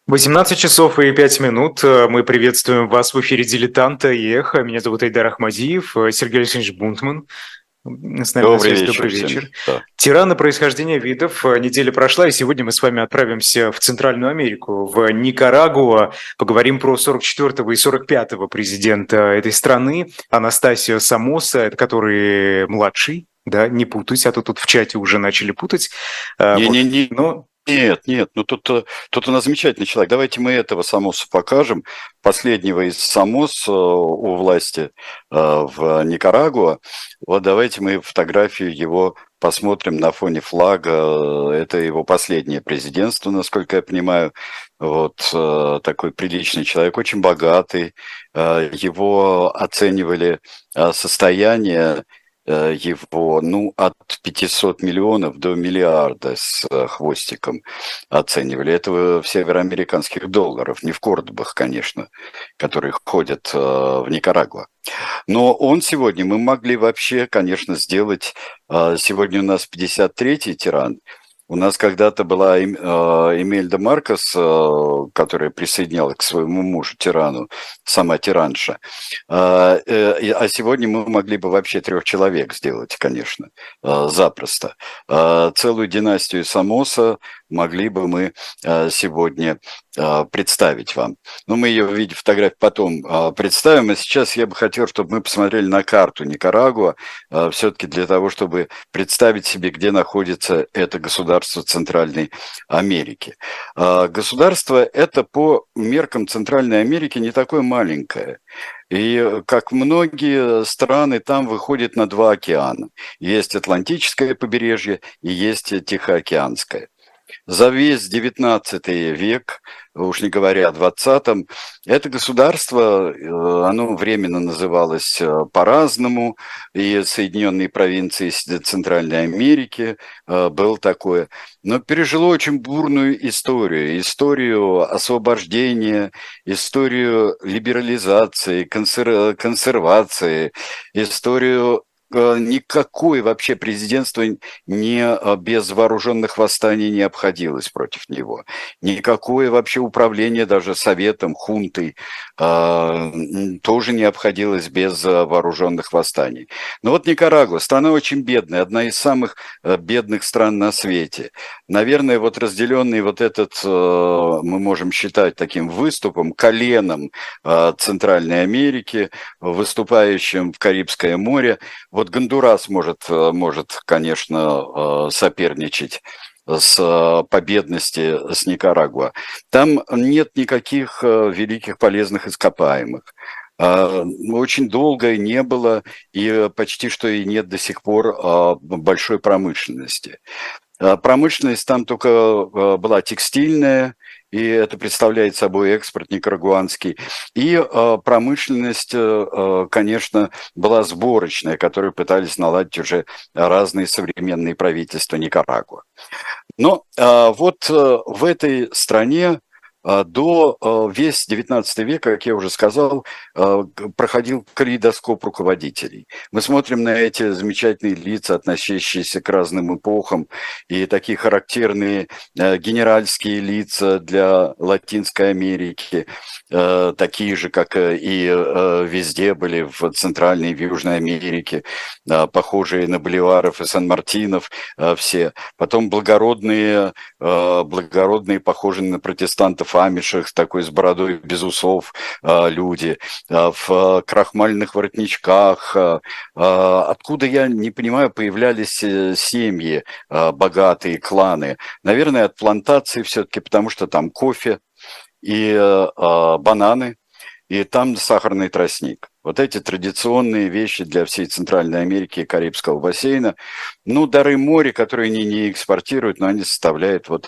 18 часов и 5 минут. Мы приветствуем вас в эфире «Дилетанта» и «Эхо». Меня зовут Айдар Ахмадиев, Сергей Алексеевич Бунтман. С нами на Добрый связи. вечер Добрый всем. вечер. Да. Тираны происхождения видов. Неделя прошла, и сегодня мы с вами отправимся в Центральную Америку, в Никарагуа. Поговорим про 44-го и 45-го президента этой страны, Анастасио Сомоса, это который младший, да, не путать, а то тут в чате уже начали путать. Вот. Не-не-не. Но Нет, ну тут у нас замечательный человек. Давайте мы этого Самоса покажем. Последнего из Самос у власти в Никарагуа. Вот давайте мы фотографию его посмотрим на фоне флага. Это его последнее президентство, насколько я понимаю. Вот такой приличный человек, очень богатый. Его оценивали состояние его, от 500 миллионов до миллиарда с хвостиком оценивали. Это в североамериканских долларов, не в кордобах, конечно, которые ходят в Никарагуа. Но он сегодня, мы могли вообще, конечно, сделать, сегодня у нас 53-й тиран. У нас когда-то была Эмельда Маркос, которая присоединялась к своему мужу, тирану, сама тиранша. А сегодня мы могли бы вообще 3 человек сделать, конечно, запросто. Целую династию Самоса могли бы мы сегодня представить вам. Но мы ее в виде фотографий потом представим. А сейчас я бы хотел, чтобы мы посмотрели на карту Никарагуа, все-таки для того, чтобы представить себе, где находится это государство Центральной Америки. Государство это по меркам Центральной Америки не такое маленькое. И как многие страны, там выходит на 2 океана. Есть Атлантическое побережье и есть Тихоокеанское. За весь XIX век, уж не говоря о XX, это государство, оно временно называлось по-разному, и Соединенные провинции Центральной Америки было такое, но пережило очень бурную историю освобождения, историю либерализации, консервации, историю никакое вообще президентство не без вооруженных восстаний не обходилось против него. Никакое вообще управление даже советом, хунтой тоже не обходилось без вооруженных восстаний. Но вот Никарагуа, страна очень бедная, одна из самых бедных стран на свете. Наверное, вот разделенный вот этот, мы можем считать таким выступом, коленом Центральной Америки, выступающим в Карибское море, вот Гондурас может, конечно, соперничать по бедности с Никарагуа. Там нет никаких великих полезных ископаемых. Очень долго не было и почти что и нет до сих пор большой промышленности. Промышленность там только была текстильная, и это представляет собой экспорт никарагуанский. И промышленность, конечно, была сборочная, которую пытались наладить уже разные современные правительства Никарагуа. Но вот в этой стране до весь XIX век, как я уже сказал, проходил калейдоскоп руководителей. Мы смотрим на эти замечательные лица, относящиеся к разным эпохам, и такие характерные генеральские лица для Латинской Америки, такие же, как и везде были в Центральной и в Южной Америке, похожие на боливаров и Сан-Мартинов все. Потом благородные, похожие на протестантов амишах, такой с бородой без усов люди, в крахмальных воротничках. Откуда, я не понимаю, появлялись семьи, богатые кланы? Наверное, от плантации все-таки, потому что там кофе и бананы, и там сахарный тростник. Вот эти традиционные вещи для всей Центральной Америки и Карибского бассейна. Дары моря, которые они не экспортируют, но они составляют вот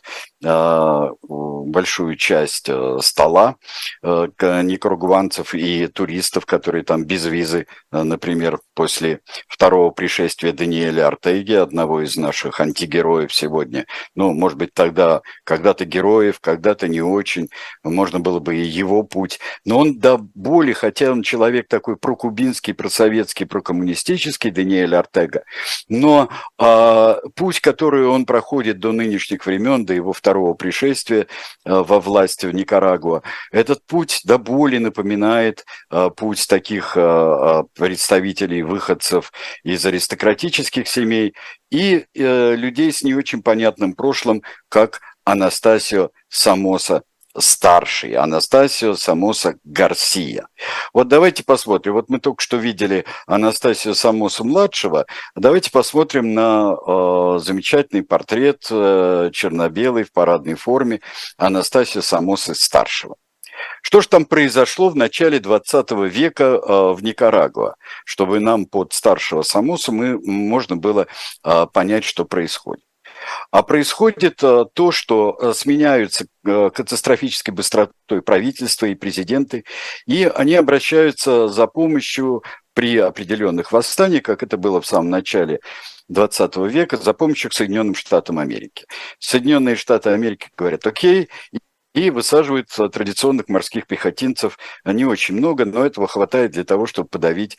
большую часть стола никарагуанцев и туристов, которые там без визы, например, после второго пришествия Даниэля Ортеги, одного из наших антигероев сегодня. Может быть, тогда когда-то героев, когда-то не очень, можно было бы и его путь. Но он до боли, хотя он человек такой такой прокубинский, просоветский, прокоммунистический Даниэль Ортега, но путь, который он проходит до нынешних времен, до его второго пришествия во власть в Никарагуа, этот путь до боли напоминает путь таких представителей, выходцев из аристократических семей и людей с не очень понятным прошлым, как Анастасио Сомоса старший, Анастасио Сомоса Гарсия. Вот давайте посмотрим. Вот мы только что видели Анастасио Сомоса младшего. Давайте посмотрим на замечательный портрет черно-белый в парадной форме Анастасио Сомоса старшего. Что же там произошло в начале 20 века в Никарагуа, чтобы нам под старшего Сомосу можно было понять, что происходит. А происходит то, что сменяются катастрофической быстротой правительства и президенты, и они обращаются за помощью при определенных восстаниях, как это было в самом начале 20 века, за помощью к Соединенным Штатам Америки. Соединенные Штаты Америки говорят: окей, и высаживают традиционных морских пехотинцев не очень много, но этого хватает для того, чтобы подавить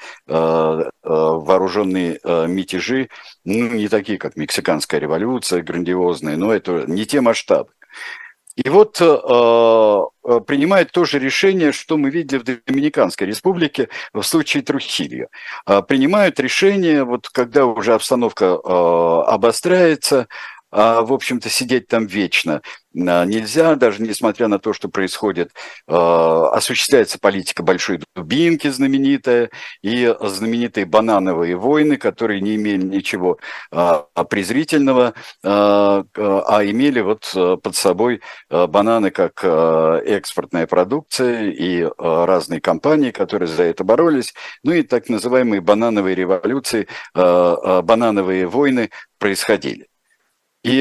вооруженные мятежи, ну, не такие, как Мексиканская революция, грандиозные, но это не те масштабы. И вот принимают то же решение, что мы видели в Доминиканской республике в случае Трухильо. Принимают решение, вот когда уже обстановка обостряется, в общем-то, сидеть там вечно нельзя, даже несмотря на то, что происходит, осуществляется политика большой дубинки знаменитая, и знаменитые банановые войны, которые не имели ничего презрительного, а имели вот под собой бананы как экспортная продукция и разные компании, которые за это боролись, ну и так называемые банановые революции, банановые войны происходили. И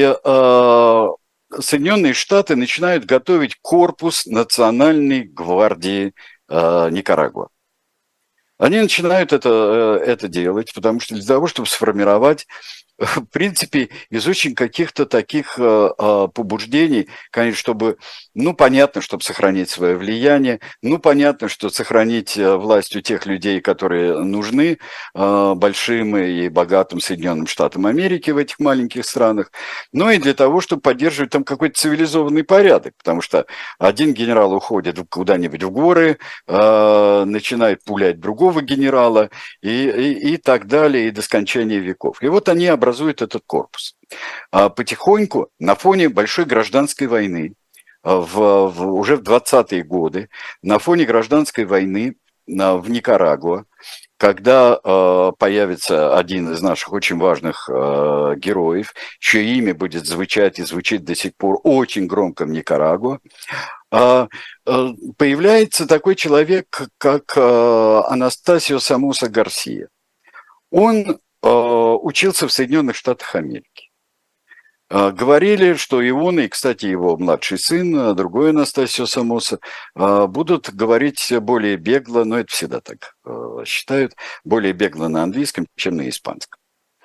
Соединенные Штаты начинают готовить корпус Национальной гвардии Никарагуа. Они начинают это делать, потому что для того, чтобы сформировать, в принципе, из очень каких-то таких побуждений, конечно, чтобы, ну, понятно, чтобы сохранить свое влияние, ну, понятно, что сохранить власть у тех людей, которые нужны большим и богатым Соединенным Штатам Америки в этих маленьких странах, но и для того, чтобы поддерживать там какой-то цивилизованный порядок, потому что один генерал уходит куда-нибудь в горы, начинает пулять другого генерала и так далее, и до скончания веков. И вот они образуют этот корпус. Потихоньку на фоне большой гражданской войны, уже в 20-е годы, на фоне гражданской войны в Никарагуа, когда появится один из наших очень важных героев, чье имя будет звучать и звучит до сих пор очень громко в Никарагуа, появляется такой человек, как Анастасио Сомоса Гарсия. Он учился в Соединенных Штатах Америки. Говорили, что и он, и, кстати, его младший сын, другой Анастасио Сомоса, будут говорить более бегло, но это всегда так считают, более бегло на английском, чем на испанском.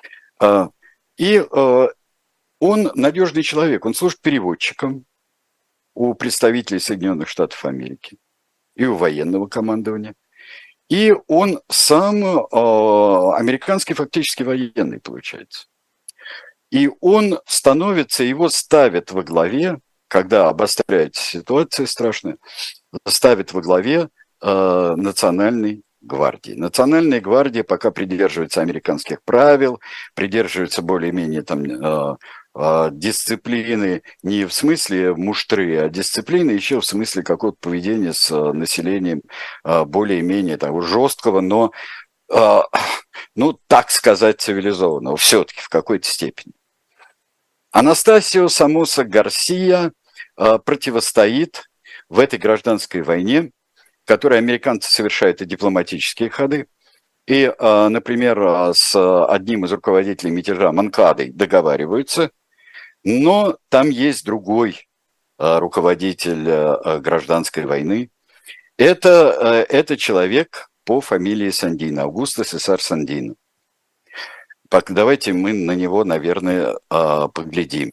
И он надежный человек, он служит переводчиком у представителей Соединенных Штатов Америки и у военного командования. И он сам американский фактически военный, получается. И он становится, его ставят во главе, когда обостряется ситуация страшная, ставят во главе Национальной гвардии. Национальная гвардия пока придерживается американских правил, придерживается более-менее там дисциплины не в смысле муштры, а дисциплины еще в смысле какого-то поведения с населением более-менее того жесткого, но, ну, так сказать, цивилизованного, все-таки в какой-то степени. Анастасио Сомоса Гарсия противостоит в этой гражданской войне, в которой американцы совершают и дипломатические ходы, и, например, с одним из руководителей мятежа Монкадой договариваются, но там есть другой руководитель гражданской войны. Это человек по фамилии Сандино, Аугусто Сесар Сандино. Давайте мы на него, наверное, поглядим.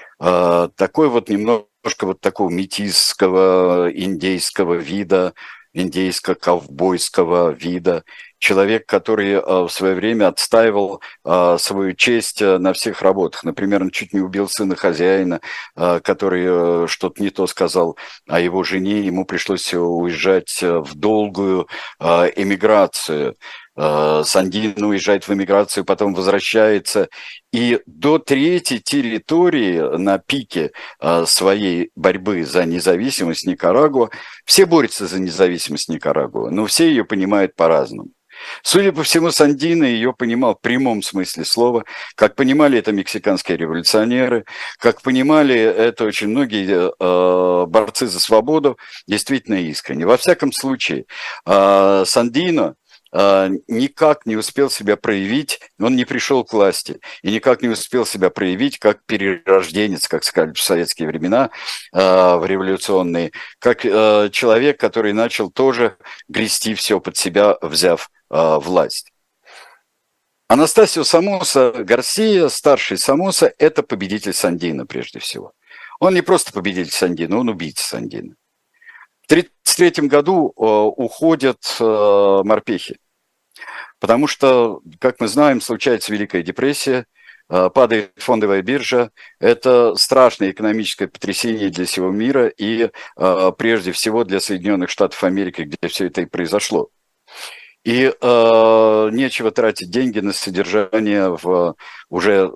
Такой вот немножко вот такого метисского, индейского вида, индейско-ковбойского вида, человек, который в свое время отстаивал свою честь на всех работах. Например, он чуть не убил сына хозяина, который что-то не то сказал о его жене, ему пришлось уезжать в долгую эмиграцию. Сандино уезжает в эмиграцию, потом возвращается. И до третьей территории на пике своей борьбы за независимость Никарагуа, все борются за независимость Никарагуа, но все ее понимают по-разному. Судя по всему, Сандино ее понимал в прямом смысле слова, как понимали это мексиканские революционеры, как понимали это очень многие борцы за свободу, действительно искренне. Во всяком случае, Сандино никак не успел себя проявить, он не пришел к власти, и никак не успел себя проявить как перерожденец, как сказали в советские времена, в революционные, как человек, который начал тоже грести все под себя, взяв власть. Анастасио Сомоса Гарсия, старший Сомоса, это победитель Сандино прежде всего. Он не просто победитель Сандино, он убийца Сандино. В 1933 году уходят морпехи, потому что, как мы знаем, случается Великая депрессия, падает фондовая биржа. Это страшное экономическое потрясение для всего мира и прежде всего для Соединенных Штатов Америки, где все это и произошло. И нечего тратить деньги на содержание в уже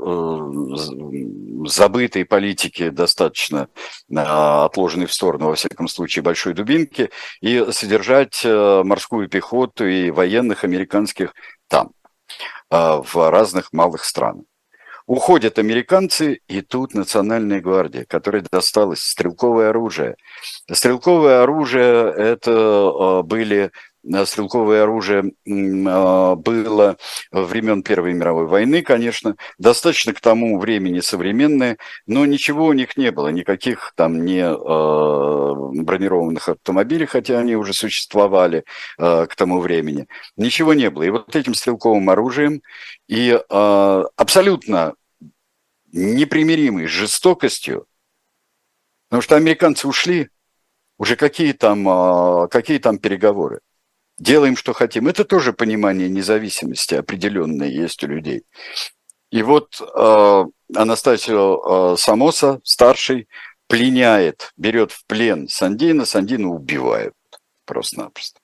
забытой политике, достаточно отложенной в сторону, во всяком случае, большой дубинки, и содержать морскую пехоту и военных американских там, в разных малых странах. Уходят американцы, и тут Национальная гвардия, которой досталось стрелковое оружие. Стрелковое оружие – это были... Стрелковое оружие было времен Первой мировой войны, конечно, достаточно к тому времени современное, но ничего у них не было, никаких там не бронированных автомобилей, хотя они уже существовали к тому времени, ничего не было. И вот этим стрелковым оружием и абсолютно непримиримой жестокостью, потому что американцы ушли, уже какие там переговоры. Делаем, что хотим. Это тоже понимание независимости определенное есть у людей. И вот Анастасио Сомоса, старший, пленяет, берет в плен Сандино, Сандино убивают просто-напросто.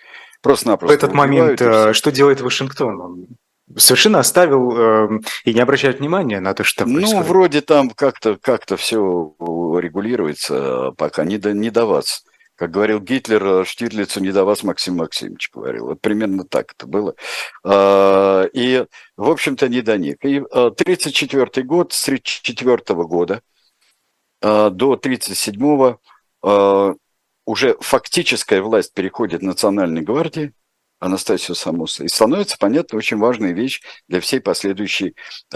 В этот момент что делает Вашингтон? Он совершенно оставил и не обращает внимания на то, что происходит. Ну, вроде там как-то все регулируется, пока не до вас. Как говорил Гитлер, Штирлицу не до вас, Максим Максимович говорил. Вот примерно так это было. И, в общем-то, не до них. И 1934 год, с 1934 года до 1937 уже фактическая власть переходит Национальной гвардии, Анастасио Сомоса, и становится, понятно, очень важная вещь для всей последующей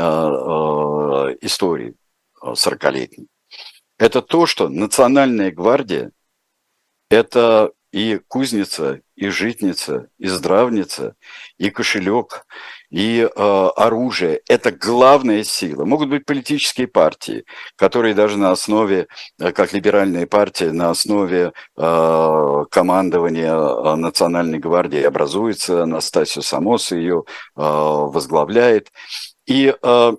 истории 40-летней. Это то, что Национальная гвардия это и кузница, и житница, и здравница, и кошелек, и оружие. Это главная сила. Могут быть политические партии, которые даже на основе, как либеральные партии, на основе командования Национальной гвардии образуется. Анастасио Сомоса ее возглавляет. Но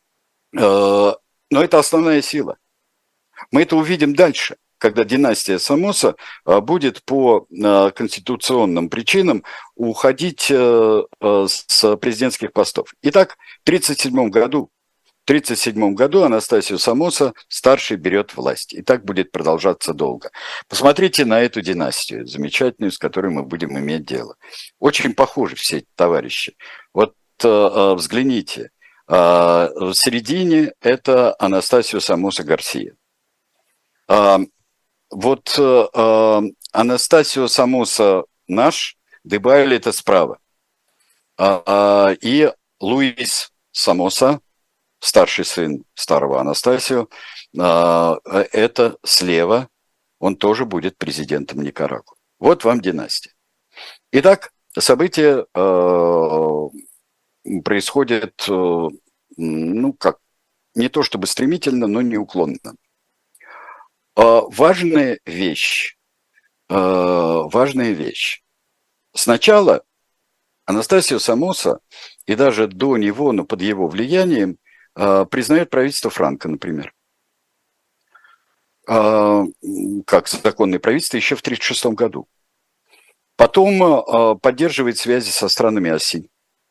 это основная сила. Мы это увидим дальше, когда династия Сомоса будет по конституционным причинам уходить с президентских постов. Итак, в 1937 году Анастасио Сомоса старший берет власть. И так будет продолжаться долго. Посмотрите на эту династию замечательную, с которой мы будем иметь дело. Очень похожи все эти товарищи. Вот взгляните. В середине это Анастасио Сомоса Гарсия. Вот Анастасио Сомоса наш, Дебайль это справа. И Луис Сомоса, старший сын старого Анастасио, это слева, он тоже будет президентом Никарагуа. Вот вам династия. Итак, события происходят, ну как, не то чтобы стремительно, но неуклонно. Важная вещь. важная вещь. Сначала Анастасио Сомоза, и даже до него, но под его влиянием, признает правительство Франко, например, как законное правительство еще в 1936 году. Потом поддерживает связи со странами оси.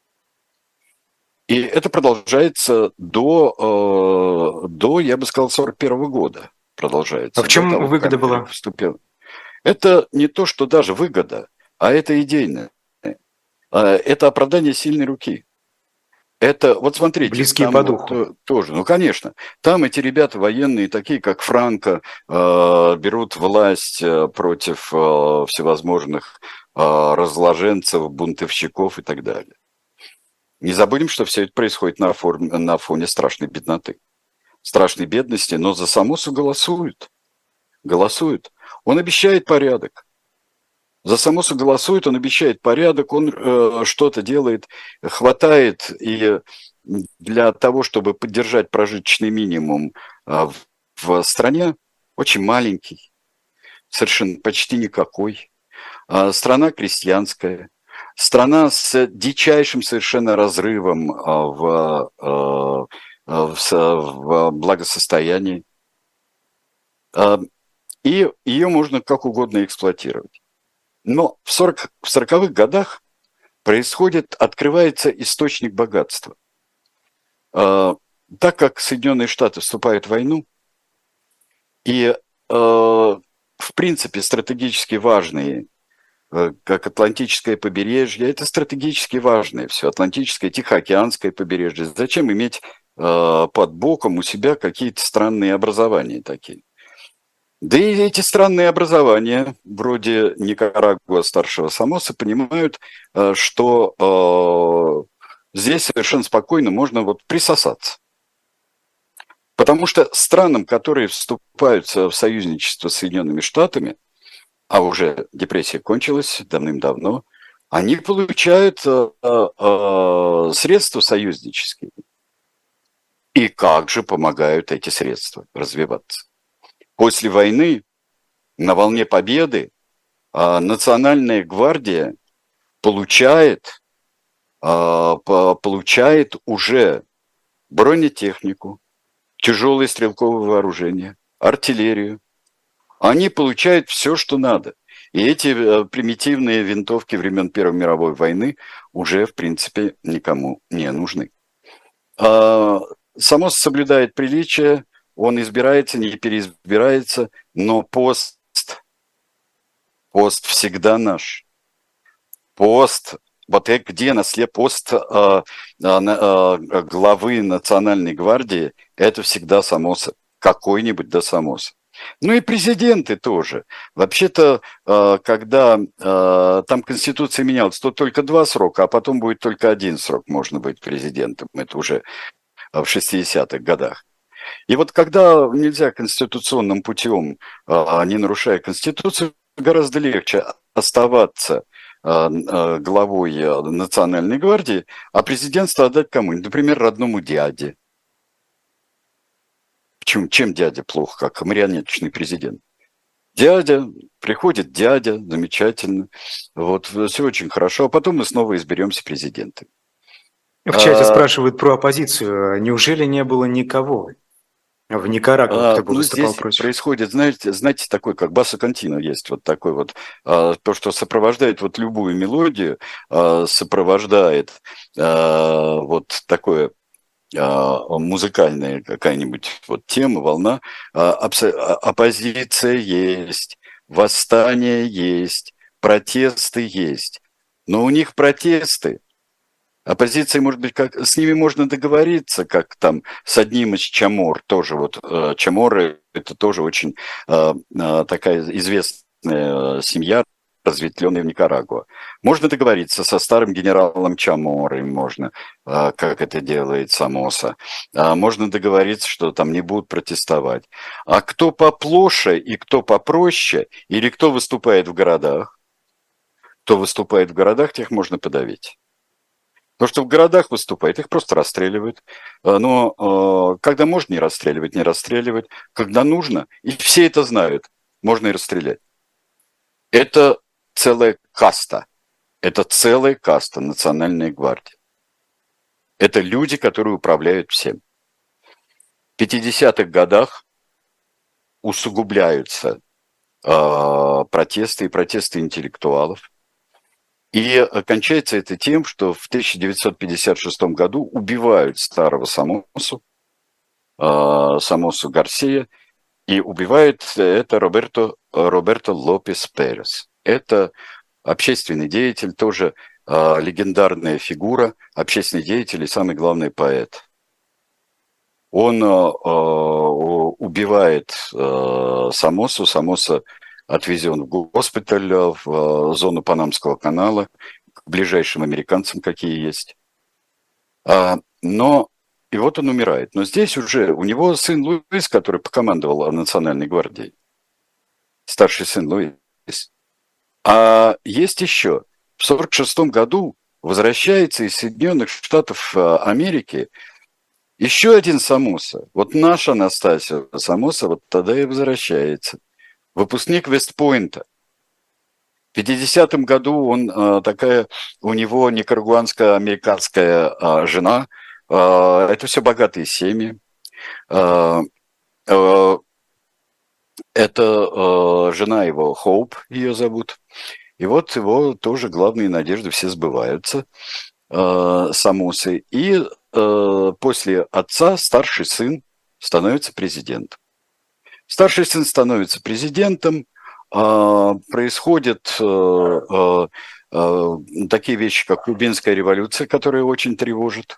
И это продолжается до, я бы сказал, 1941 года. Продолжается. А в чем того, выгода была? Вступил. Это не то, что даже выгода, а это идейное. Это оправдание сильной руки. Это, вот смотрите, Близкие там по духу. вот, тоже, ну, конечно, там эти ребята военные, такие как Франко, берут власть против всевозможных разложенцев, бунтовщиков и так далее. Не забудем, что все это происходит на фоне страшной бедноты, страшной бедности, но за Сомозу голосуют. Голосуют. Он обещает порядок. За Сомозу голосует, он обещает порядок, он что-то делает, хватает и для того, чтобы поддержать прожиточный минимум в стране, очень маленький, совершенно почти никакой. Страна крестьянская, страна с дичайшим совершенно разрывом в благосостоянии. И ее можно как угодно эксплуатировать. Но в 40-х годах открывается источник богатства. Так как Соединенные Штаты вступают в войну, и, в принципе, стратегически важные, как Атлантическое побережье, это стратегически важное все, Атлантическое, Тихоокеанское побережье. Зачем иметь под боком у себя какие-то странные образования такие? Да и эти странные образования, вроде Никарагуа старшего Сомоза, понимают, что здесь совершенно спокойно можно вот присосаться. Потому что странам, которые вступают в союзничество с Соединенными Штатами, а уже депрессия кончилась давным-давно, они получают средства союзнические. И как же помогают эти средства развиваться? После войны, на волне победы, Национальная гвардия получает уже бронетехнику, тяжелое стрелковое вооружение, артиллерию. Они получают все, что надо. И эти примитивные винтовки времен Первой мировой войны уже, в принципе, никому не нужны. Сомоза соблюдает приличие, он избирается, не переизбирается, но пост всегда наш. Пост, вот где пост главы Национальной гвардии, это всегда Сомоза, какой-нибудь да Сомоза. Ну и президенты тоже. Вообще-то, когда там Конституция менялась, то только 2 срока, а потом будет только 1 срок можно быть президентом. Это уже в 60-х годах. И вот когда нельзя конституционным путем, не нарушая Конституцию, гораздо легче оставаться главой Национальной гвардии, а президентство отдать кому-нибудь, например, родному дяде. Почему? Чем дядя плохо, как марионеточный президент? Приходит дядя, замечательно, вот, все очень хорошо, а потом мы снова изберемся президентом. В чате спрашивают про оппозицию. Неужели не было никого в Никарагуа, кто бы выступал здесь против? происходит, знаете, такой, как басо контино есть, вот такой вот, то, что сопровождает вот любую мелодию, сопровождает вот такое музыкальная какая-нибудь вот тема, волна, оппозиция есть, восстание есть, протесты есть, но у них протесты. Оппозиция, может быть, с ними можно договориться, как там с одним из Чамор, тоже вот Чаморы, это тоже очень такая известная семья, разветвленная в Никарагуа. Можно договориться со старым генералом Чаморой, можно, как это делает Сомоза. Можно договориться, что там не будут протестовать. А кто поплоше и кто попроще, или кто выступает в городах, тех можно подавить. Потому что в городах выступает, их просто расстреливают. Но когда можно не расстреливать. Когда нужно, и все это знают, можно и расстрелять. Это целая каста. Это целая каста Национальной гвардии. Это люди, которые управляют всем. В 50-х годах усугубляются протесты и протесты интеллектуалов. И кончается это тем, что в 1956 году убивают старого Самосу Гарсия, и убивает это Роберто Лопес Перес. Это общественный деятель, тоже легендарная фигура, общественный деятель и самый главный поэт. Он убивает Самосу. Самоса отвезен в госпиталь, в зону Панамского канала, к ближайшим американцам, какие есть. Но и вот он умирает. Но здесь уже у него сын Луис, который покомандовал Национальной гвардией. Старший сын Луис. А есть еще. В 1946 году возвращается из Соединенных Штатов Америки еще один Самоса. Вот наш Анастасио Самоса вот тогда и возвращается. Выпускник Вестпойнта. В 50-м году у него никарагуанско-американская жена. Это все богатые семьи. Это жена его, Хоуп, ее зовут. И вот его тоже главные надежды все сбываются, Самосы. И после отца старший сын становится президентом. Старший сын становится президентом, происходят такие вещи, как Кубинская революция, которая очень тревожит.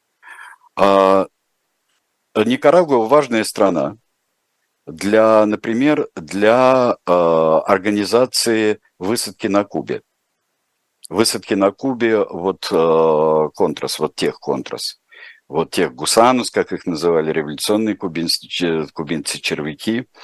Никарагуа важная страна например, для организации высадки на Кубе. Высадки на Кубе, контрас, техконтрас. Вот тех гусанус, как их называли, революционные кубинцы-червяки,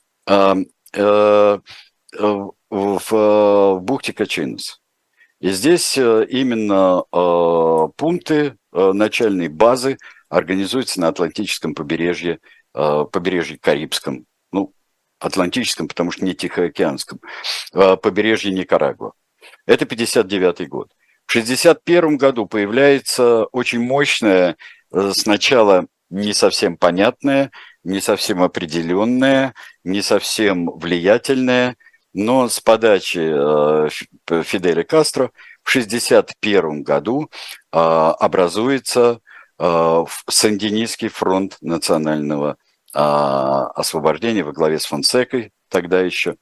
в бухте Качинус. И здесь именно пункты, начальные базы организуются на Атлантическом побережье Карибском, Атлантическом, потому что не Тихоокеанском, побережье Никарагуа. Это 1959 год. В 1961 году появляется очень мощная, сначала не совсем понятная, не совсем определенная, не совсем влиятельная, но с подачи Фиделя Кастро в 1961 году образуется Сандинистский фронт национального освобождения во главе с Фонсекой, тогда еще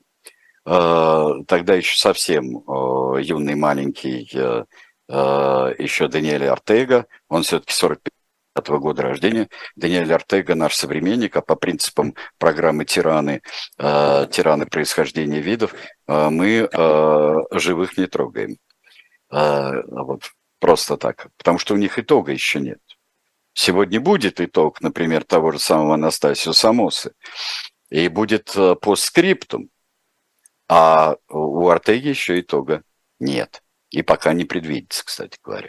совсем юный, маленький, еще Даниэль Ортега, он все-таки 1945 года рождения. Даниэль Ортега наш современник, а по принципам программы «Тираны», происхождения видов, мы живых не трогаем. Просто так, потому что у них итога еще нет. Сегодня будет итог, например, того же самого Анастасио Самосы, и будет постскриптум, а у Ортеги еще итога нет. И пока не предвидится, кстати говоря.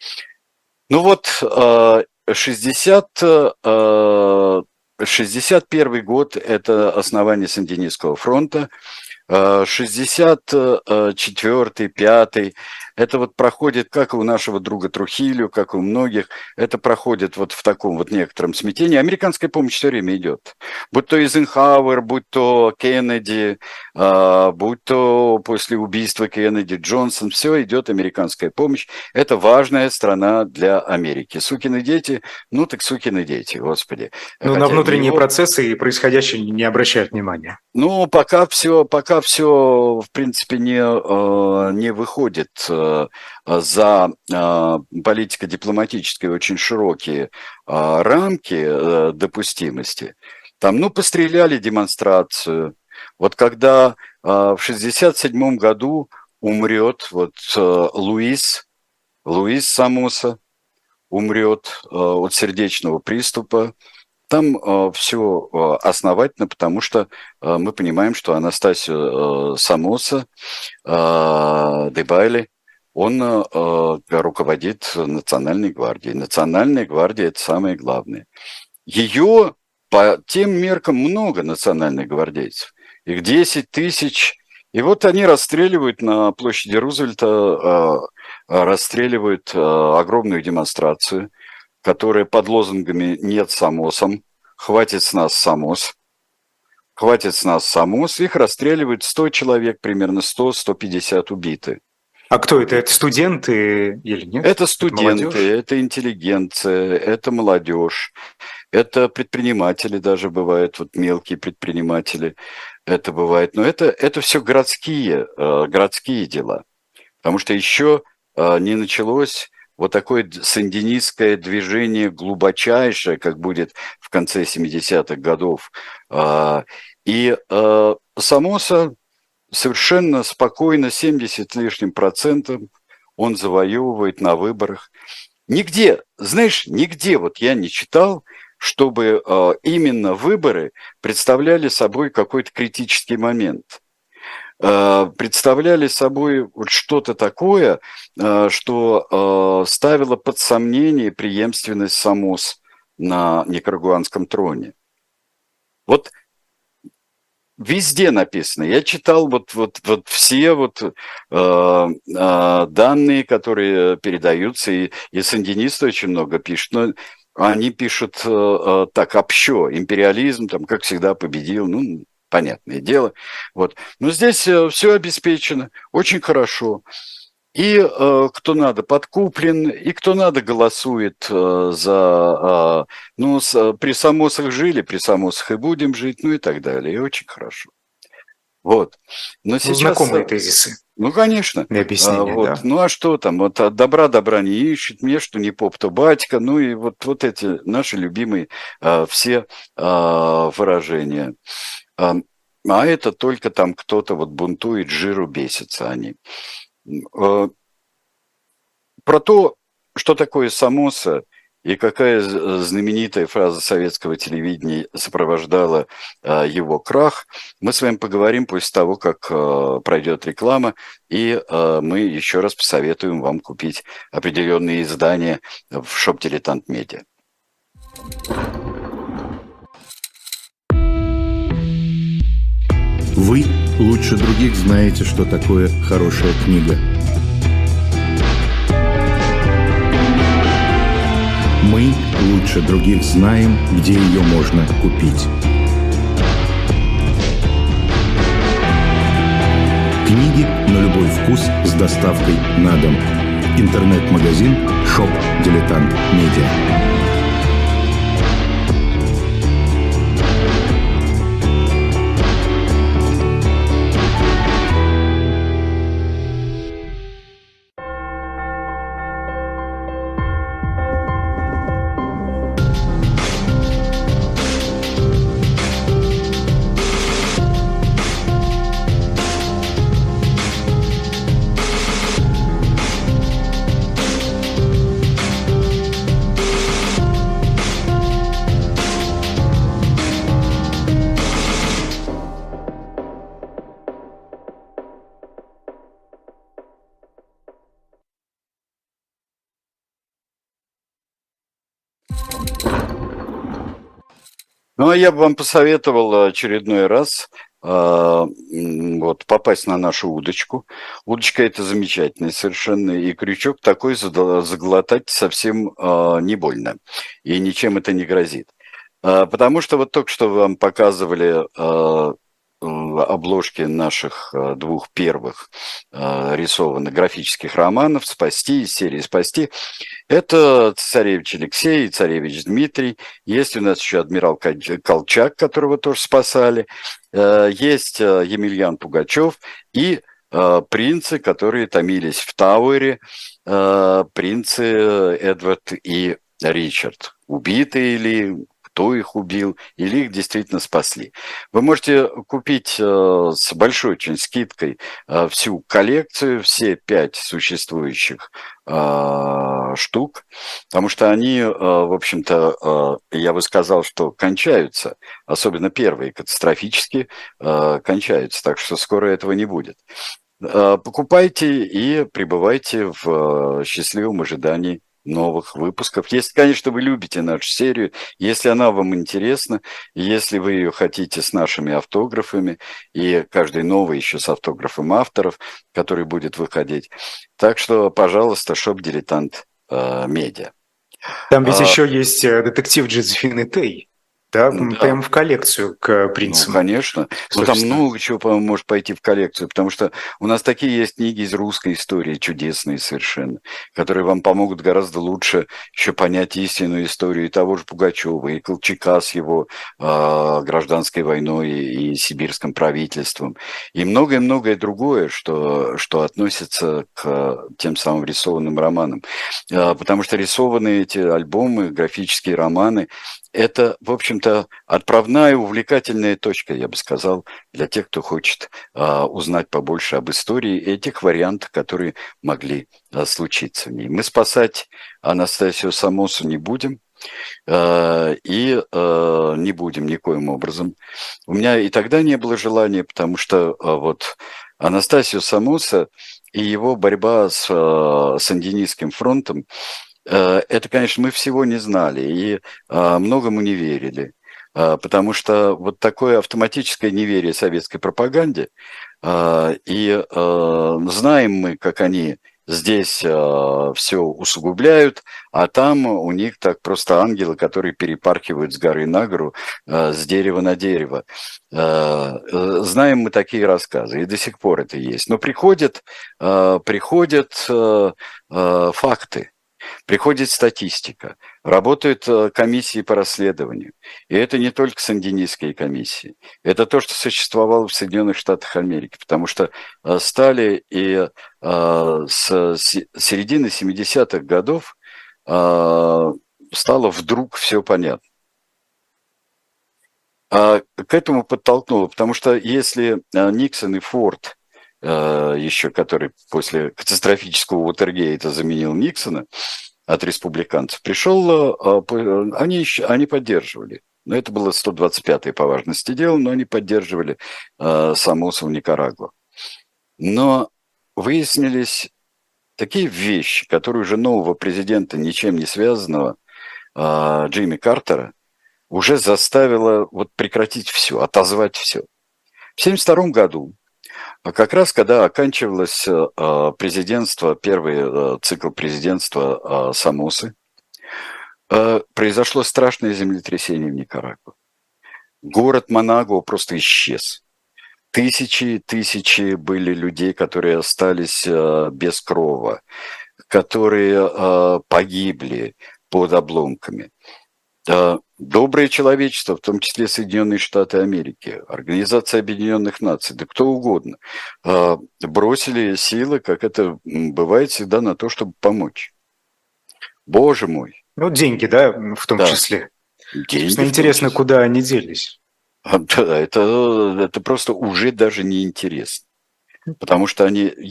61 год – это основание Сандинистского фронта. 64-й, 5-й, это проходит, как и у нашего друга Трухилио, как и у многих, это проходит в таком некотором смятении. Американская помощь все время идет. Будь то Эйзенхауэр, будь то Кеннеди, будь то после убийства Кеннеди Джонсон, все идет американская помощь. Это важная страна для Америки. Сукины дети, так сукины дети, господи. На внутренние процессы и происходящее не обращают внимания. Пока все, в принципе, не выходит за политико-дипломатические очень широкие рамки допустимости. Там, постреляли демонстрацию. Когда в 1967 году умрет Луис Самоса, умрет от сердечного приступа. Там все основательно, потому что мы понимаем, что Анастасио Самоса Дебайли, он руководит Национальной гвардией. Национальная гвардия – это самое главное. Ее по тем меркам много национальных гвардейцев. Их 10 тысяч И вот они расстреливают на площади Рузвельта, расстреливают огромную демонстрацию, которая под лозунгами «Нет самосам», «Хватит с нас самос», «Хватит с нас самос», их расстреливают 100 человек, примерно 100-150 убиты. А кто это? Это студенты или нет? Это Это студенты, молодежь? это интеллигенция, это молодежь, это предприниматели даже бывают, вот мелкие предприниматели это бывает. Но это все городские дела. Потому что еще не началось вот такое сандинистское движение глубочайшее, как будет в конце 70-х годов. Самоса совершенно спокойно, 70 с лишним процентов он завоевывает на выборах. Нигде, знаешь, нигде вот я не читал, чтобы именно выборы представляли собой какой-то критический момент. Представляли собой вот что-то такое, что ставило под сомнение преемственность Самос на никарагуанском троне. Вот везде написано. Я читал вот все данные, которые передаются, и сандинисты очень много пишут, но они пишут так, общо, империализм, там, как всегда, победил, ну, понятное дело. Вот. Но здесь все обеспечено, очень хорошо. И кто надо подкуплен, и кто надо голосует при самосах жили, при самосах и будем жить, ну и так далее. И очень хорошо. Вот. Но Ну, сейчас, знакомые тезисы ну, конечно, и объяснения, вот, да. ну а что там, вот от добра добра не ищет, мне что не поп, то батька, ну и вот эти наши любимые все выражения. А это только там кто-то вот бунтует, жиру бесится они. Про то, что такое самоса и какая знаменитая фраза советского телевидения сопровождала его крах, мы с вами поговорим после того, как пройдет реклама, и мы еще раз посоветуем вам купить определенные издания в Shop Dilettant Media. Вы лучше других знаете, что такое хорошая книга. Мы лучше других знаем, где ее можно купить. Книги на любой вкус с доставкой на дом. Интернет-магазин Shop Dilettant Media. Ну, а я бы вам посоветовал очередной раз вот, попасть на нашу удочку. Удочка это замечательная совершенно, и крючок такой заглотать совсем не больно, и ничем это не грозит. Потому что вот только что вам показывали обложки наших двух первых рисованных графических романов «Спасти» из серии «Спасти». Это царевич Алексей и царевич Дмитрий. Есть у нас еще адмирал Колчак, которого тоже спасали. Есть Емельян Пугачев и принцы, которые томились в Тауэре. Принцы Эдвард и Ричард. Убитые ли, кто их убил, или их действительно спасли. Вы можете купить с большой очень скидкой всю коллекцию, все 5 существующих штук, потому что они, в общем-то, я бы сказал, что кончаются, особенно первые катастрофически кончаются, так что скоро этого не будет. Покупайте и пребывайте в счастливом ожидании новых выпусков. Если, конечно, вы любите нашу серию, если она вам интересна, если вы ее хотите с нашими автографами, и каждый новый еще с автографом авторов, который будет выходить. Так что, пожалуйста, шоп-дилетант медиа. Там ведь еще есть детектив Джозефины Тей, да, Да. прямо в коллекцию к принцам. Ну, конечно. Но там много чего, по-моему, может пойти в коллекцию, потому что у нас такие есть книги из русской истории, чудесные совершенно, которые вам помогут гораздо лучше еще понять истинную историю и того же Пугачева, и Колчака с его гражданской войной и сибирским правительством, и многое-многое другое, что относится к тем самым рисованным романам. Потому что рисованные эти альбомы, графические романы, это, в общем-то, отправная увлекательная точка, я бы сказал, для тех, кто хочет узнать побольше об истории этих вариантов, которые могли случиться в ней. Мы спасать Анастасию Самосу не будем, и не будем никоим образом. У меня и тогда не было желания, потому что вот Анастасию Самоса и его борьба с Сандинистским фронтом, это, конечно, мы всего не знали и многому не верили, потому что вот такое автоматическое неверие советской пропаганде, и знаем мы, как они здесь все усугубляют, а там у них так просто ангелы, которые перепархивают с горы на гору, с дерева на дерево. Знаем мы такие рассказы, и до сих пор это есть. Но приходят факты. Приходит статистика, работают комиссии по расследованию. И это не только сандинистские комиссии. Это то, что существовало в Соединенных Штатах Америки. Потому что стали и с середины 70-х годов стало вдруг все понятно. К этому подтолкнуло, потому что если Никсон и Форд, еще который после катастрофического Уотергейта заменил Никсона от республиканцев, пришел, они поддерживали. Но это было 125-е по важности дело, но они поддерживали Самосу в Никарагуа. Но выяснились такие вещи, которые уже нового президента, ничем не связанного, Джимми Картера, уже заставило вот прекратить все, отозвать все. В 1972 году, как раз когда оканчивалось президентство, первый цикл президентства Самосы, произошло страшное землетрясение в Никарагуа. Город Манагуа просто исчез. Тысячи были людей, которые остались без крова, которые погибли под обломками. Доброе человечество, в том числе Соединенные Штаты Америки, Организация Объединенных Наций, да кто угодно, бросили силы, как это бывает всегда, на то, чтобы помочь. Боже мой. Ну, деньги, да, в том числе. Деньги. Интересно, куда они делись. Да, это просто уже даже не интересно. Потому что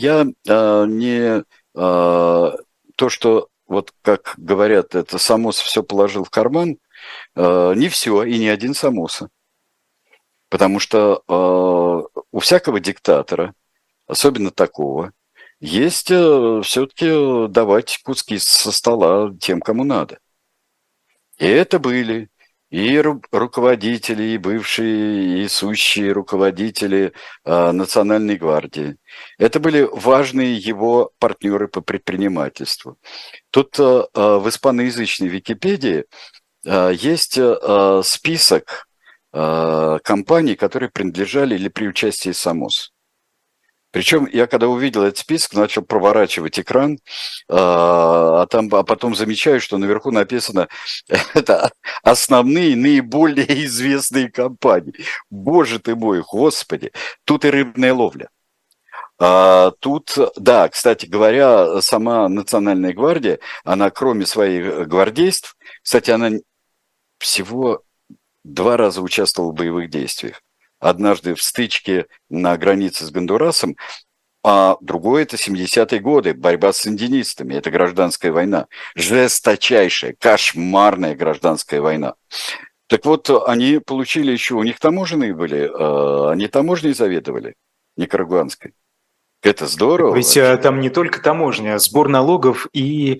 то, что, вот как говорят, это Самос все положил в карман, не все и не один Самоса. Потому что у всякого диктатора, особенно такого, есть все-таки давать куски со стола тем, кому надо. И это были и руководители, и бывшие, и сущие руководители Национальной гвардии. Это были важные его партнеры по предпринимательству. Тут в испаноязычной Википедии есть список компаний, которые принадлежали или при участии Самос. Причем я, когда увидел этот список, начал проворачивать экран, а потом замечаю, что наверху написано это основные, наиболее известные компании. Боже ты мой, Господи, тут и рыбная ловля. Тут, да, кстати говоря, сама Национальная гвардия, она кроме своих гвардейств, кстати, она всего 2 раза участвовала в боевых действиях. Однажды в стычке на границе с Гондурасом, а другое – это 70-е годы, борьба с сандинистами, это гражданская война, жесточайшая, кошмарная гражданская война. Так вот, они получили еще, у них таможенные были, они таможней заведовали, никарагуанской. Это здорово. Ведь там не только таможня, а сбор налогов и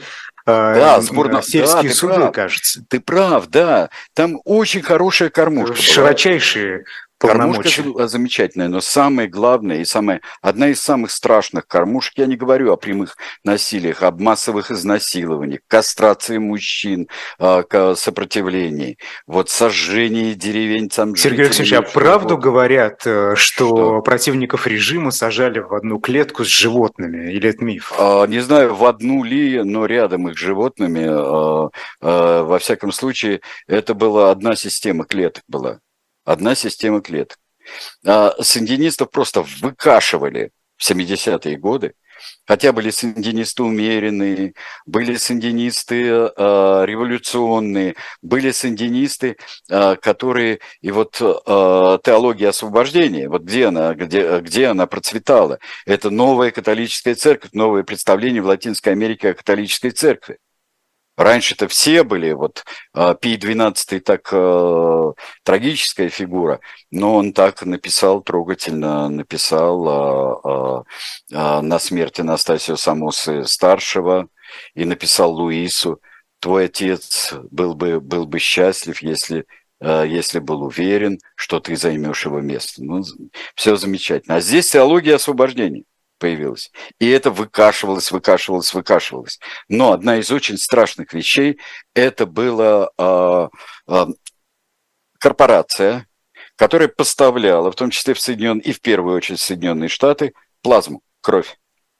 Да, сборная, сельские да, суды, кажется. Ты прав, да. Там очень хорошая кормушка. Широчайшие Кормушка полномочия. замечательная, но самое главное и одна из самых страшных кормушек, я не говорю о прямых насилиях, об массовых изнасилованиях, кастрации мужчин, сопротивлении, вот сожжении деревень там Сергей жителями. Алексеевич, а правду говорят, Что? противников режима сажали в одну клетку с животными, или это миф? Не знаю, в одну ли, но рядом их с животными. Во всяком случае, это была одна система клеток была. Одна система клеток. Сандинистов просто выкашивали в 70-е годы. Хотя были сандинисты умеренные, были сандинисты революционные, были сандинисты, которые... И вот теология освобождения, вот где она процветала, это новая католическая церковь, новое представление в Латинской Америке о католической церкви. Раньше-то все были, вот Пий XII так трагическая фигура, но он так написал, трогательно написал на смерть Анастасию Самосы старшего и написал Луису: твой отец был бы счастлив, если был уверен, что ты займешь его место. Ну, все замечательно. А здесь теология освобождения появилась. И это выкашивалось. Но одна из очень страшных вещей – это была корпорация, которая поставляла, в том числе и в первую очередь в Соединенные Штаты, плазму, кровь.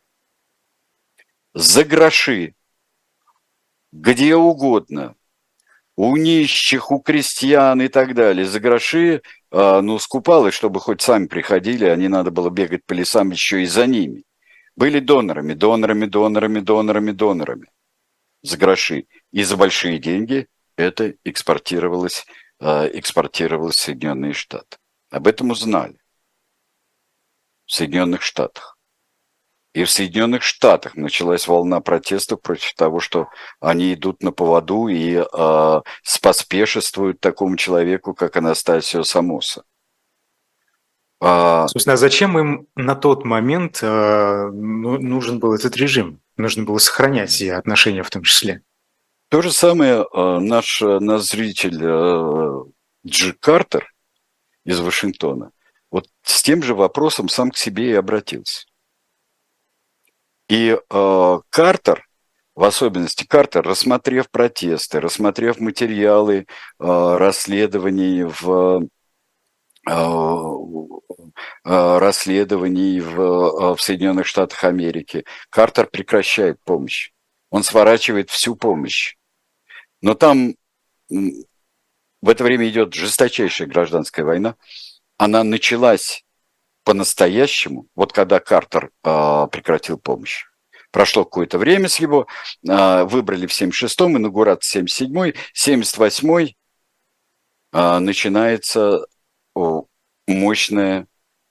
За гроши, где угодно, у нищих, у крестьян и так далее, за гроши, скупалось, чтобы хоть сами приходили, а не надо было бегать по лесам еще и за ними. Были донорами за гроши. И за большие деньги это экспортировалось в Соединенные Штаты. Об этом узнали в Соединенных Штатах. И в Соединенных Штатах началась волна протестов против того, что они идут на поводу и споспешествуют такому человеку, как Анастасио Самоса. Собственно, а зачем им на тот момент нужен был этот режим? Нужно было сохранять и отношения в том числе. То же самое наш зритель Джи Картер из Вашингтона вот с тем же вопросом сам к себе и обратился. И Картер, в особенности Картер, рассмотрев протесты, рассмотрев материалы расследований в Соединенных Штатах Америки, Картер прекращает помощь. Он сворачивает всю помощь. Но там в это время идет жесточайшая гражданская война. Она началась по-настоящему, вот когда Картер прекратил помощь. Прошло какое-то время с его, выбрали в 76-м, инаугурация 77-й, 78-й начинается мощная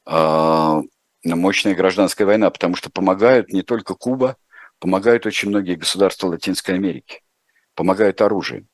гражданская война, потому что помогают не только Куба, помогают очень многие государства Латинской Америки, помогают оружием.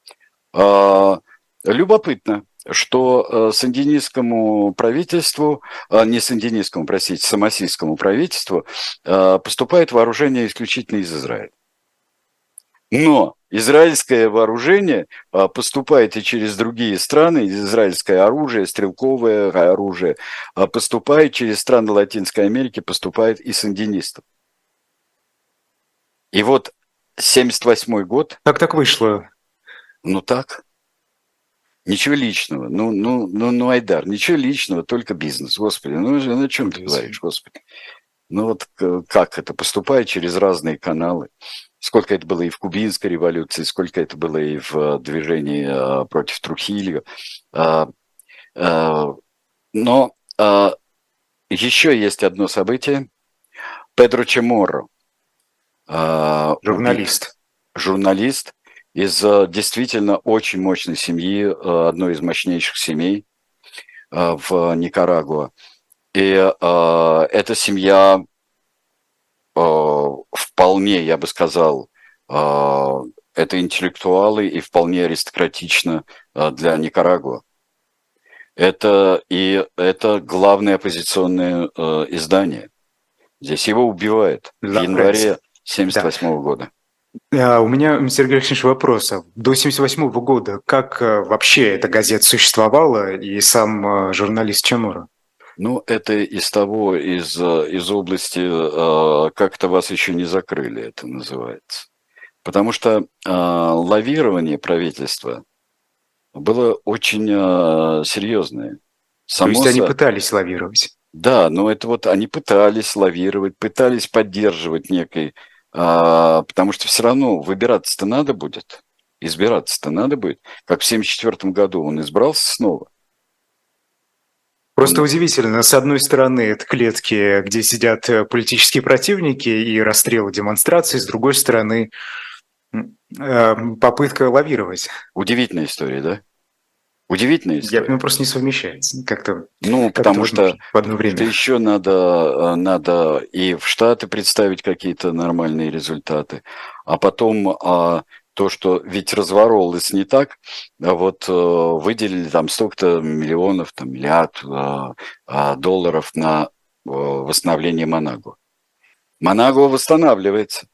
Любопытно, что сандинистскому правительству, самосийскому правительству поступает вооружение исключительно из Израиля. Но израильское вооружение поступает и через другие страны, израильское оружие, стрелковое оружие поступает через страны Латинской Америки, поступает и сандинистов. И вот 78-й год... Как так вышло? Ну так. Ничего личного. Айдар, ничего личного, только бизнес. Господи, о чем ты говоришь, Господи? Ну вот как это поступает через разные каналы. Сколько это было и в кубинской революции, сколько это было и в движении против Трухильо. Но еще есть одно событие. Педро Чеморро. Журналист. Журналист из действительно очень мощной семьи, одной из мощнейших семей в Никарагуа. И эта семья вполне, я бы сказал, это интеллектуалы и вполне аристократично для Никарагуа. Это главное оппозиционное издание. Здесь его убивают в январе 1978 года. У меня, Сергей Алексеевич, вопрос. До 1978 года как вообще эта газета существовала и сам журналист Чамора? Ну, это из области, как-то вас еще не закрыли, это называется. Потому что лавирование правительства было очень серьезное. То есть они Самоса, пытались лавировать. да, но это вот они пытались лавировать, пытались поддерживать потому что все равно выбираться-то надо будет, избираться-то надо будет. Как в 1974 году он избрался снова. Просто удивительно. С одной стороны, это клетки, где сидят политические противники и расстрелы демонстраций. С другой стороны, попытка лавировать. Удивительная история, да? Удивительная история. Просто не совмещается. Потому что в одно время. еще надо и в Штаты представить какие-то нормальные результаты, а потом то, что ведь разворовывалось не так, выделили там столько-то миллионов, там, миллиард долларов на восстановление Манагуа. Манагуа восстанавливается.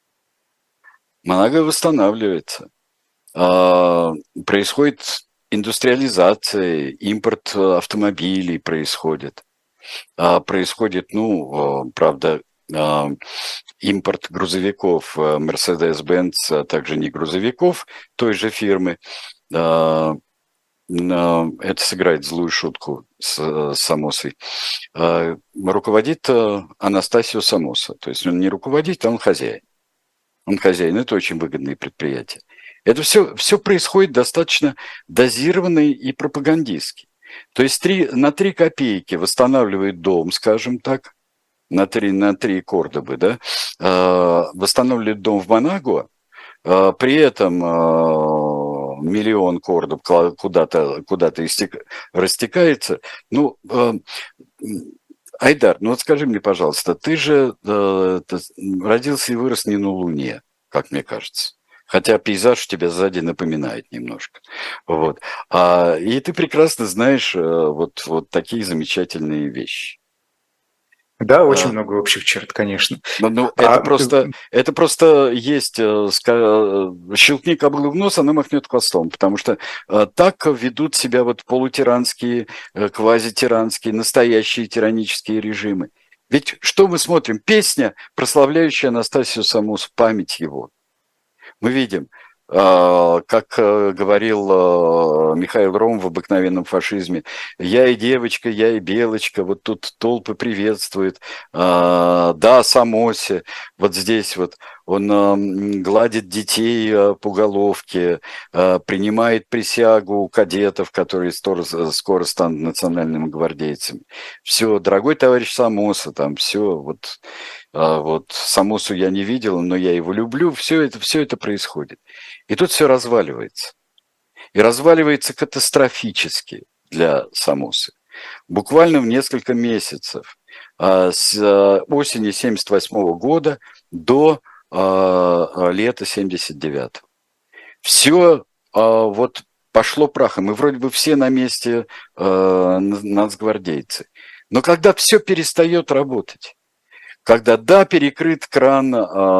Происходит индустриализация, импорт автомобилей происходит. Происходит, правда, импорт грузовиков Mercedes-Benz, а также не грузовиков той же фирмы. Это сыграет злую шутку с Самосой. Руководит Анастасио Самоса. То есть он не руководит, а он хозяин. Это очень выгодные предприятия. Это все происходит достаточно дозированно и пропагандистски. То есть на 3 копейки восстанавливает дом, скажем так, на 3 Кордобы, да, восстанавливает дом в Манагуа, при этом миллион Кордоб куда-то растекается. Айдар, вот скажи мне, пожалуйста, ты же родился и вырос не на Луне, как мне кажется. Хотя пейзаж у тебя сзади напоминает немножко. И ты прекрасно знаешь вот такие замечательные вещи. Да, очень много общих черт, конечно. Это просто есть щелкни кобылу в нос, она махнет хвостом, потому что так ведут себя полутиранские, квазитиранские, настоящие тиранические режимы. Ведь что мы смотрим? Песня, прославляющая Анастасию Самосу, память его. Мы видим, как говорил Михаил Ром в «Обыкновенном фашизме», «Я и девочка, я и белочка», вот тут толпы приветствуют, да, Самосе, вот здесь он гладит детей по головке, принимает присягу у кадетов, которые скоро станут национальными гвардейцами. Все, дорогой товарищ Самоса, там все, Самосу я не видел, но я его люблю, все это происходит. И тут все разваливается. И разваливается катастрофически для Самосы. Буквально в несколько месяцев. С осени 1978 года до лета 1979. Все пошло прахом. И вроде бы все на месте нацгвардейцы. Но когда все перестает работать, когда, да, перекрыт кран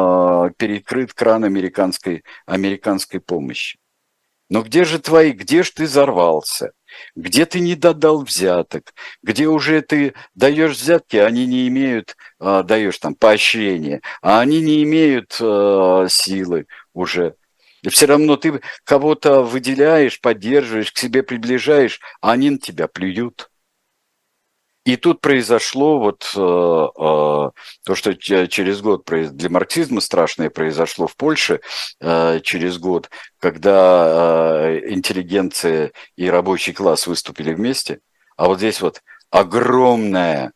американской помощи. Но где же ты взорвался? Где ты не додал взяток? Где уже ты даешь взятки, они не имеют, даешь там поощрение, а они не имеют силы уже. И все равно ты кого-то выделяешь, поддерживаешь, к себе приближаешь, а они на тебя плюют. И тут произошло то, что через год для марксизма страшное произошло в Польше через год, когда интеллигенция и рабочий класс выступили вместе. А вот здесь огромная,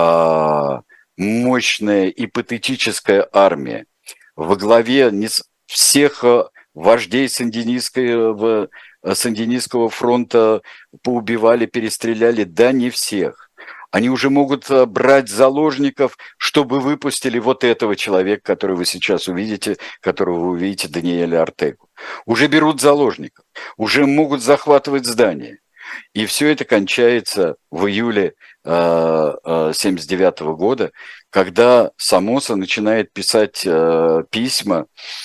мощная и патетическая армия во главе всех вождей сандинистского фронта поубивали, перестреляли, да не всех. Они уже могут брать заложников, чтобы выпустили этого человека, которого вы сейчас увидите, Даниэля Ортегу. Уже берут заложников, уже могут захватывать здания. И все это кончается в июле 1979 года, когда Самоса начинает писать письма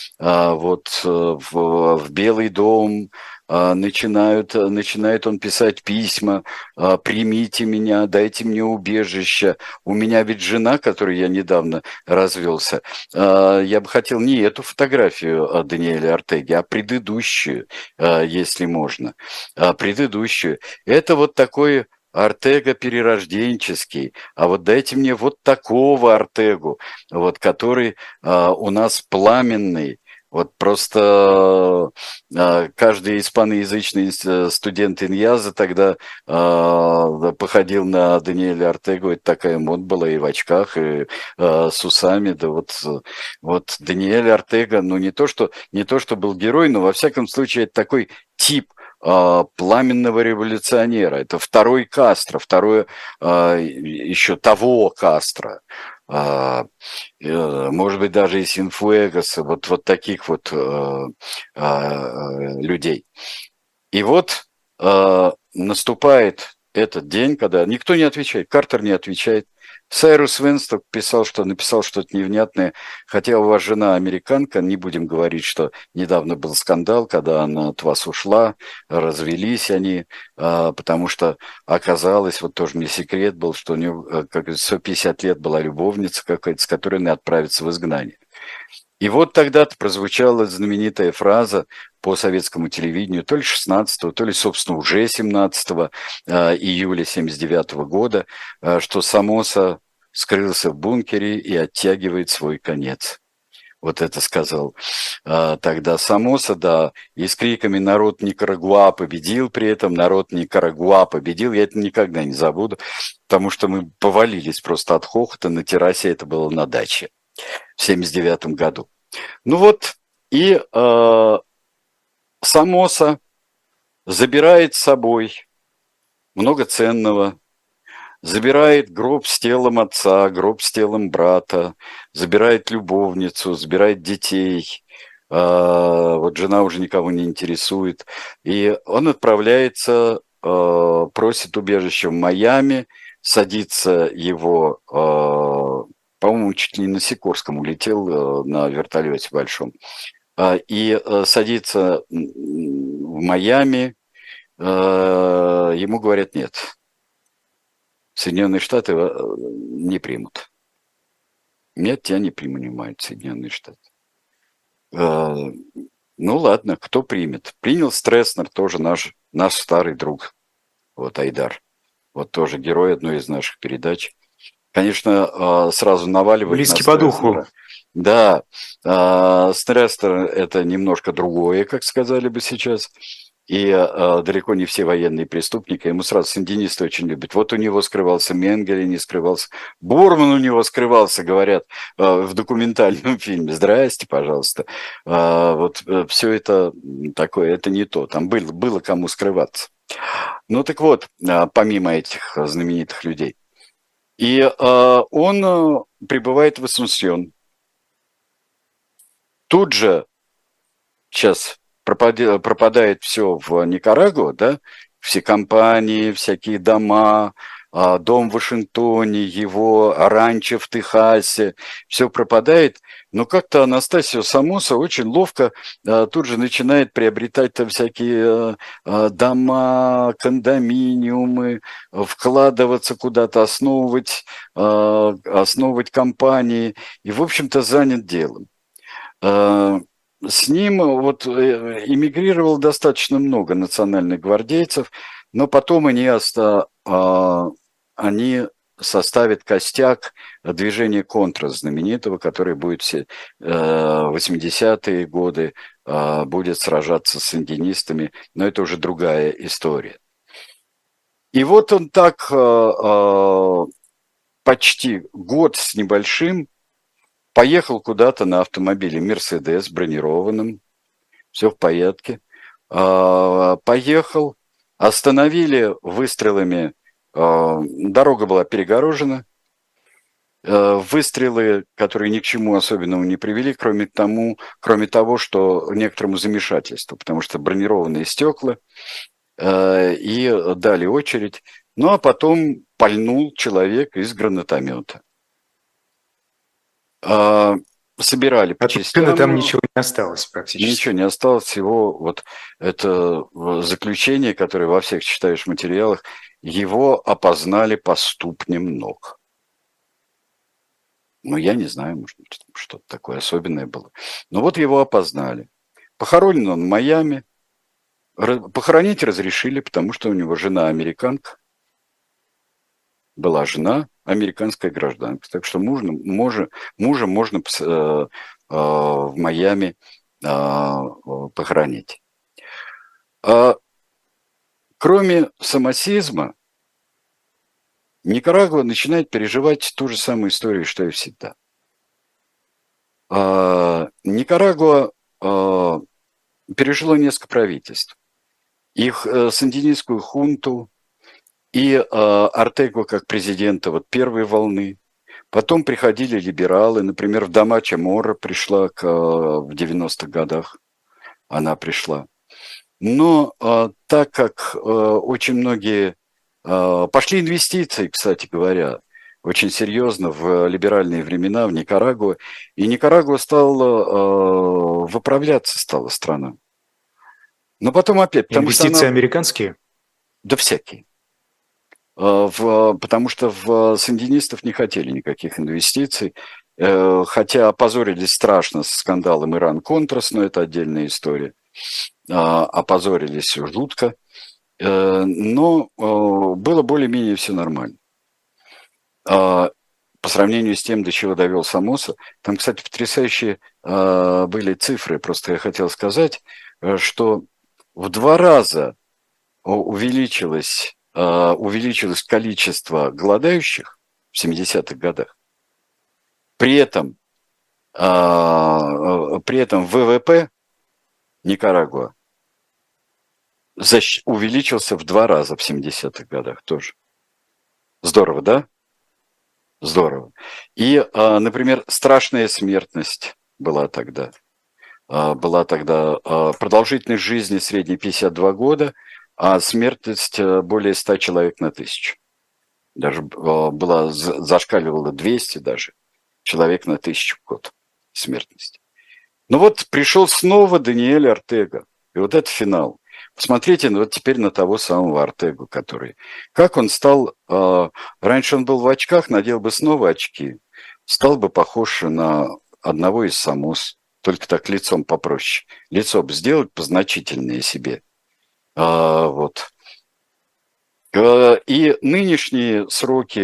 в Белый дом, начинает он писать письма: «Примите меня, дайте мне убежище, у меня ведь жена, которой я недавно развелся». Я бы хотел не эту фотографию Даниэля Ортеги, а предыдущую, если можно. Предыдущую. Это вот такой Ортега перерожденческий, а вот дайте мне вот такого Ортегу, вот, который у нас пламенный. Вот просто каждый испаноязычный студент Иньяза тогда походил на Даниэля Ортегу. Это такая мода была, и в очках, и с усами. Да вот Даниэль Ортега, ну не то, что был герой, но во всяком случае это такой тип пламенного революционера. Это второй Кастро, еще того Кастро. Может быть, даже и Синфуэгоса, вот таких вот людей. И вот наступает этот день, когда никто не отвечает, Картер не отвечает. Сайрус Венсток написал что-то невнятное, хотя у вас жена американка, не будем говорить, что недавно был скандал, когда она от вас ушла, развелись они, потому что оказалось, вот тоже мне секрет был, что у нее, как 150 лет была любовница какая-то, с которой она отправится в изгнание. И вот тогда-то прозвучала знаменитая фраза по советскому телевидению, то ли 16-го, то ли, собственно, уже 17 июля 1979 года, что Самоса скрылся в бункере и оттягивает свой конец. Вот это сказал тогда Самоса, да, и с криками «Народ Никарагуа победил!» При этом «Народ Никарагуа победил!» Я это никогда не забуду, потому что мы повалились просто от хохота на террасе, это было на даче в 1979 году. Ну вот, и Самоса забирает с собой много ценного, забирает гроб с телом отца, гроб с телом брата, забирает любовницу, забирает детей. Вот жена уже никого не интересует. И он отправляется, просит убежище в Майами, садится его, по-моему, чуть ли не на Сикорском улетел на вертолете большом, и садится в Майами, ему говорят: нет, Соединенные Штаты не примут. Нет, тебя не принимают Соединенные Штаты. Ну ладно, кто примет? Принял Стресснер, тоже наш старый друг, вот Айдар, вот тоже герой одной из наших передач. Конечно, сразу наваливать близкий на по духу. Да, Стресснер – это немножко другое, как сказали бы сейчас. И далеко не все военные преступники. Ему сразу сандинисты очень любят. Вот у него скрывался Менгеле, не скрывался. Борман у него скрывался, говорят, в документальном фильме. Здрасте, пожалуйста. Вот все это такое, это не то. Там было кому скрываться. Ну так вот, помимо этих знаменитых людей. И он прибывает в Асунсьон. Тут же сейчас пропадает все в Никарагуа, да, все компании, всякие дома, дом в Вашингтоне, его ранчо в Техасе, все пропадает. Но как-то Анастасио Самоса очень ловко тут же начинает приобретать там всякие дома, кондоминиумы, вкладываться куда-то, основывать компании и, в общем-то, занят делом. С ним вот эмигрировало достаточно много национальных гвардейцев, но потом они составят костяк движения «Контрас» знаменитого, который будет все 80-е годы, будет сражаться с сандинистами, но это уже другая история. И вот он так почти год с небольшим поехал куда-то на автомобиле «Мерседес» бронированном, все в порядке. Поехал, остановили выстрелами, дорога была перегорожена, выстрелы, которые ни к чему особенному не привели, кроме того, что некоторому замешательству, потому что бронированные стекла, и дали очередь. Ну, а потом пальнул человек из гранатомета. Собирали по От машины там частям. ничего не осталось практически. Ничего не осталось, всего вот это заключение, которое во всех читаешь материалах, его опознали по ступням ног. Ну, я не знаю, может быть, что-то такое особенное было. Но вот его опознали. Похоронен он в Майами. Похоронить разрешили, потому что у него жена американка. Была жена американская гражданка. Так что мужа можно в Майами похоронить. Кроме самосизма, Никарагуа начинает переживать ту же самую историю, что и всегда. Никарагуа пережило несколько правительств. Их сандинистскую хунту и Ортегу как президента вот первой волны. Потом приходили либералы, например, Вдова Чаморро пришла в 90-х годах. Она пришла. Но так как очень многие... Пошли инвестиции, кстати говоря, очень серьезно в либеральные времена в Никарагуа. И Никарагуа стала выправляться, стала страна. Но потом опять... Инвестиции американские? Да всякие. Потому что в сандинистов не хотели никаких инвестиций. Хотя опозорились страшно с скандалом Иран-Контрас, но это отдельная история. Опозорились жутко. Но было более-менее все нормально. По сравнению с тем, до чего довел Самоса. Там, кстати, потрясающие были цифры. Просто я хотел сказать, что в 2 раза увеличилось количество голодающих в 70-х годах. При этом ВВП Никарагуа увеличился в 2 раза в 70-х годах тоже. Здорово, да? Здорово. И, например, страшная смертность была тогда. Продолжительность жизни средней 52 года, а смертность более 100 человек на 1000. Даже зашкаливала 200 даже человек на 1000 в год смертности. Ну вот пришел снова Даниэль Ортега. И вот это финал. Посмотрите вот теперь на того самого Ортегу, который... Как он стал... раньше он был в очках, надел бы снова очки, стал бы похож на одного из Самос, только так лицом попроще. Лицо бы сделать позначительнее себе. Вот. И нынешние сроки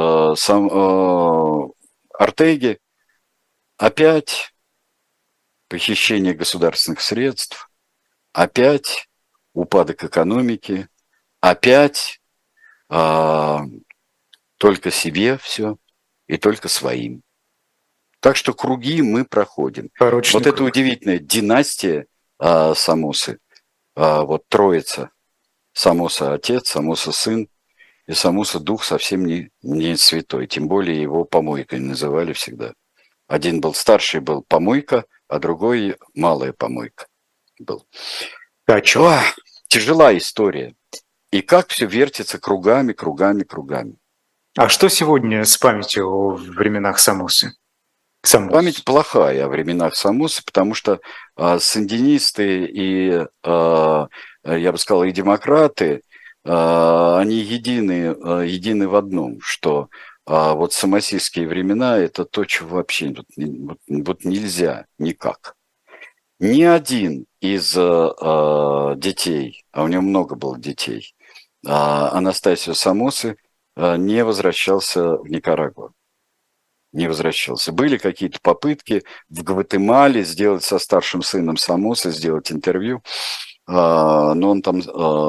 Ортеги опять похищение государственных средств, опять упадок экономики, опять только себе все и только своим. Так что круги мы проходим. Порочный вот круг. эта удивительная династия Самосы, вот троица. Самоса отец, Самоса сын и Самоса дух совсем не святой. Тем более его помойкой называли всегда. Один был старший, был помойка, а другой малая помойка был. Тяжела история. И как все вертится кругами. А что сегодня с памятью о временах Самосы? Память плохая о временах Самосы, потому что сандинисты и, я бы сказал, и демократы, они едины в одном, что вот самосистские времена – это то, чего вообще вот нельзя никак. Ни один из детей, а у него много было детей, Анастасио Самосы не возвращался в Никарагуа. Не возвращался. Были какие-то попытки в Гватемале сделать со старшим сыном Самосы, сделать интервью, но он там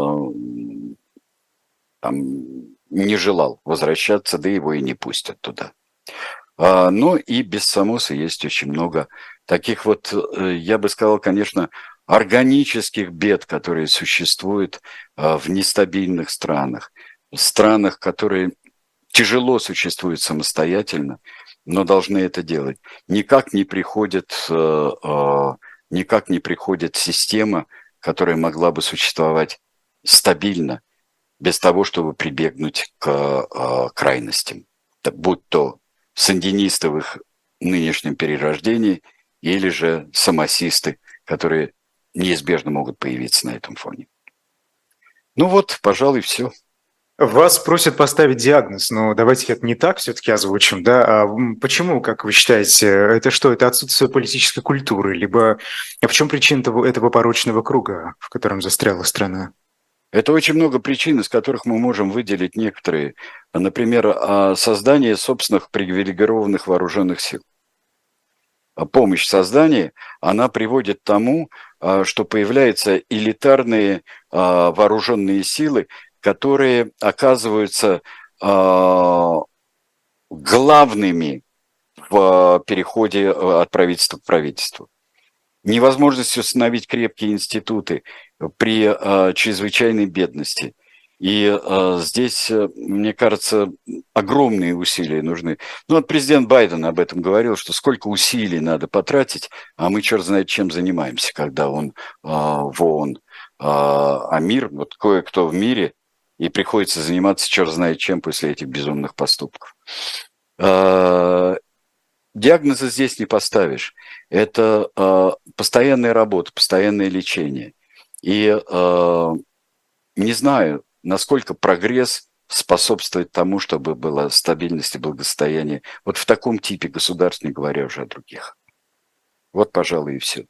не желал возвращаться, да его и не пустят туда. Но и без Самосы есть очень много таких вот, я бы сказал, конечно, органических бед, которые существуют в нестабильных странах, которые тяжело существуют самостоятельно, но должны это делать. Никак не приходит система, которая могла бы существовать стабильно, без того, чтобы прибегнуть к крайностям, будь то сандинисты в их нынешнем перерождении или же самосисты, которые неизбежно могут появиться на этом фоне. Ну вот, пожалуй, все. Вас просят поставить диагноз, но давайте это не так все-таки озвучим, да? Почему, как вы считаете, это что, это отсутствие политической культуры, либо в чем причина этого порочного круга, в котором застряла страна? Это очень много причин, из которых мы можем выделить некоторые. Например, создание собственных привилегированных вооруженных сил. Помощь в создании, она приводит к тому, что появляются элитарные вооруженные силы, которые оказываются главными в переходе от правительства к правительству. Невозможность установить крепкие институты при чрезвычайной бедности. И здесь, мне кажется, огромные усилия нужны. Ну, вот президент Байден об этом говорил, что сколько усилий надо потратить, а мы черт знает чем занимаемся, когда он в ООН. А мир, вот кое-кто в мире, и приходится заниматься черт знает чем после этих безумных поступков. Диагноза здесь не поставишь. Это постоянная работа, постоянное лечение. И не знаю, насколько прогресс способствует тому, чтобы была стабильность и благосостояние вот в таком типе государств, не говоря уже о других. Вот, пожалуй, и все.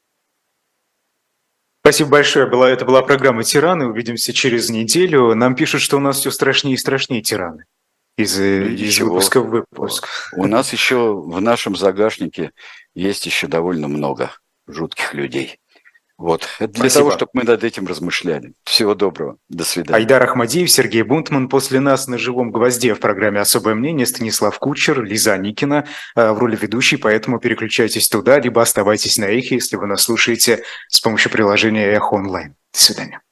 Спасибо большое. Это была программа «Тираны». Увидимся через неделю. Нам пишут, что у нас все страшнее и страшнее тираны. Из выпуска в выпуск. У нас еще в нашем загашнике есть еще довольно много жутких людей. Вот. Это для того, чтобы мы над этим размышляли. Всего доброго. До свидания. Айдар Ахмадиев, Сергей Бунтман. После нас на живом гвозде в программе «Особое мнение» Станислав Кучер, Лиза Никина в роли ведущей, поэтому переключайтесь туда, либо оставайтесь на Эхе, если вы нас слушаете с помощью приложения Эхо онлайн. До свидания.